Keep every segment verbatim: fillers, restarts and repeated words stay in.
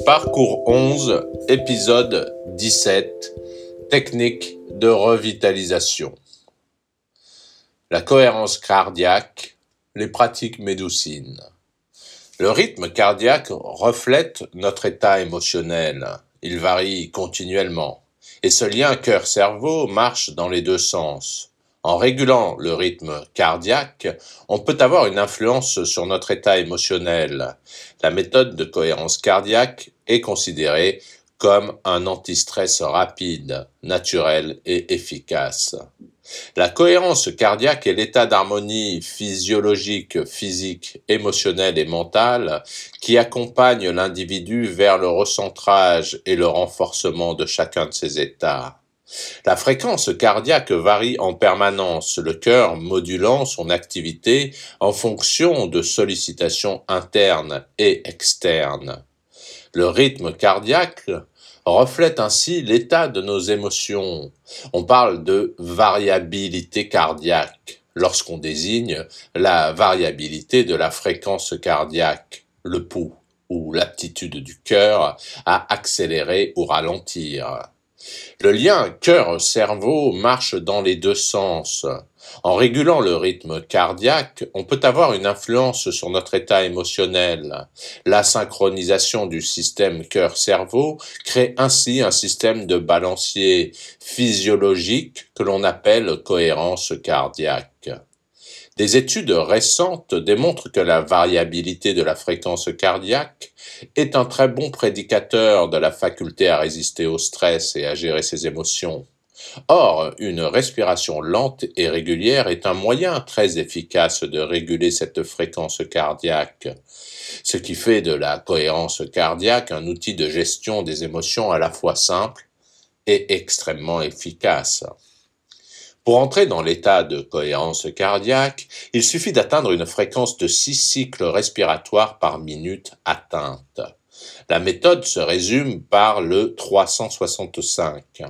Parcours onze, épisode dix-sept, technique de revitalisation. La cohérence cardiaque, les pratiques médoucines. Le rythme cardiaque reflète notre état émotionnel. Il varie continuellement. Et ce lien cœur-cerveau marche dans les deux sens. En régulant le rythme cardiaque, on peut avoir une influence sur notre état émotionnel. La méthode de cohérence cardiaque est considérée comme un anti-stress rapide, naturel et efficace. La cohérence cardiaque est l'état d'harmonie physiologique, physique, émotionnelle et mentale qui accompagne l'individu vers le recentrage et le renforcement de chacun de ces états. La fréquence cardiaque varie en permanence, le cœur modulant son activité en fonction de sollicitations internes et externes. Le rythme cardiaque reflète ainsi l'état de nos émotions. On parle de variabilité cardiaque lorsqu'on désigne la variabilité de la fréquence cardiaque, le pouls ou l'aptitude du cœur à accélérer ou ralentir. Le lien cœur-cerveau marche dans les deux sens. En régulant le rythme cardiaque, on peut avoir une influence sur notre état émotionnel. La synchronisation du système cœur-cerveau crée ainsi un système de balancier physiologique que l'on appelle cohérence cardiaque. Des études récentes démontrent que la variabilité de la fréquence cardiaque est un très bon prédicateur de la faculté à résister au stress et à gérer ses émotions. Or, une respiration lente et régulière est un moyen très efficace de réguler cette fréquence cardiaque, ce qui fait de la cohérence cardiaque un outil de gestion des émotions à la fois simple et extrêmement efficace. Pour entrer dans l'état de cohérence cardiaque, il suffit d'atteindre une fréquence de six cycles respiratoires par minute atteinte. La méthode se résume par le trois cent soixante-cinq.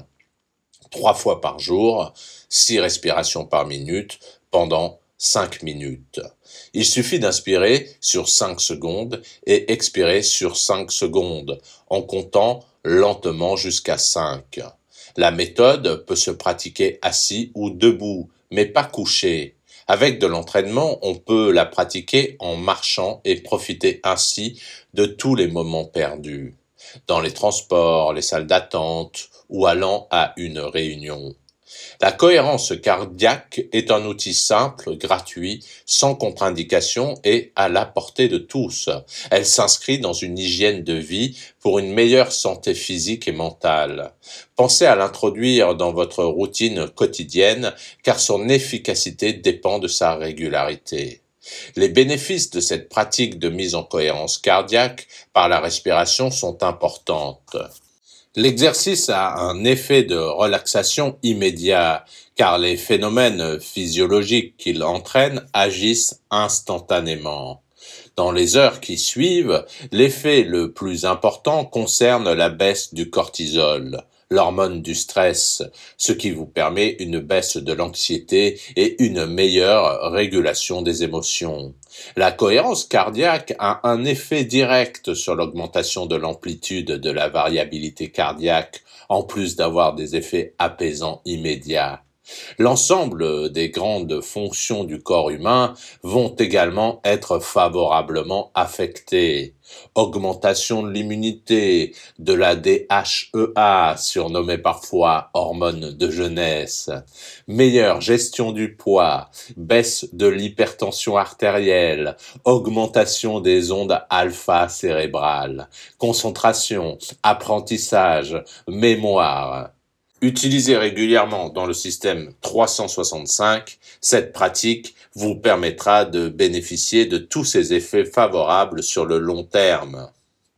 Trois fois par jour, six respirations par minute pendant cinq minutes. Il suffit d'inspirer sur cinq secondes et expirer sur cinq secondes en comptant lentement jusqu'à cinq. La méthode peut se pratiquer assis ou debout, mais pas couché. Avec de l'entraînement, on peut la pratiquer en marchant et profiter ainsi de tous les moments perdus, dans les transports, les salles d'attente ou allant à une réunion. La cohérence cardiaque est un outil simple, gratuit, sans contre-indication et à la portée de tous. Elle s'inscrit dans une hygiène de vie pour une meilleure santé physique et mentale. Pensez à l'introduire dans votre routine quotidienne car son efficacité dépend de sa régularité. Les bénéfices de cette pratique de mise en cohérence cardiaque par la respiration sont importantes. L'exercice a un effet de relaxation immédiat, car les phénomènes physiologiques qu'il entraîne agissent instantanément. Dans les heures qui suivent, l'effet le plus important concerne la baisse du cortisol, l'hormone du stress, ce qui vous permet une baisse de l'anxiété et une meilleure régulation des émotions. La cohérence cardiaque a un effet direct sur l'augmentation de l'amplitude de la variabilité cardiaque, en plus d'avoir des effets apaisants immédiats. L'ensemble des grandes fonctions du corps humain vont également être favorablement affectées. Augmentation de l'immunité, de la D H E A, surnommée parfois hormone de jeunesse, meilleure gestion du poids, baisse de l'hypertension artérielle, augmentation des ondes alpha cérébrales, concentration, apprentissage, mémoire. Utilisée régulièrement dans le système trois cent soixante-cinq, cette pratique vous permettra de bénéficier de tous ces effets favorables sur le long terme.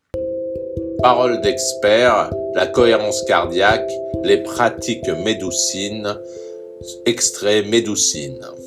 Parole d'expert, la cohérence cardiaque, les pratiques médoucines, extrait médoucine.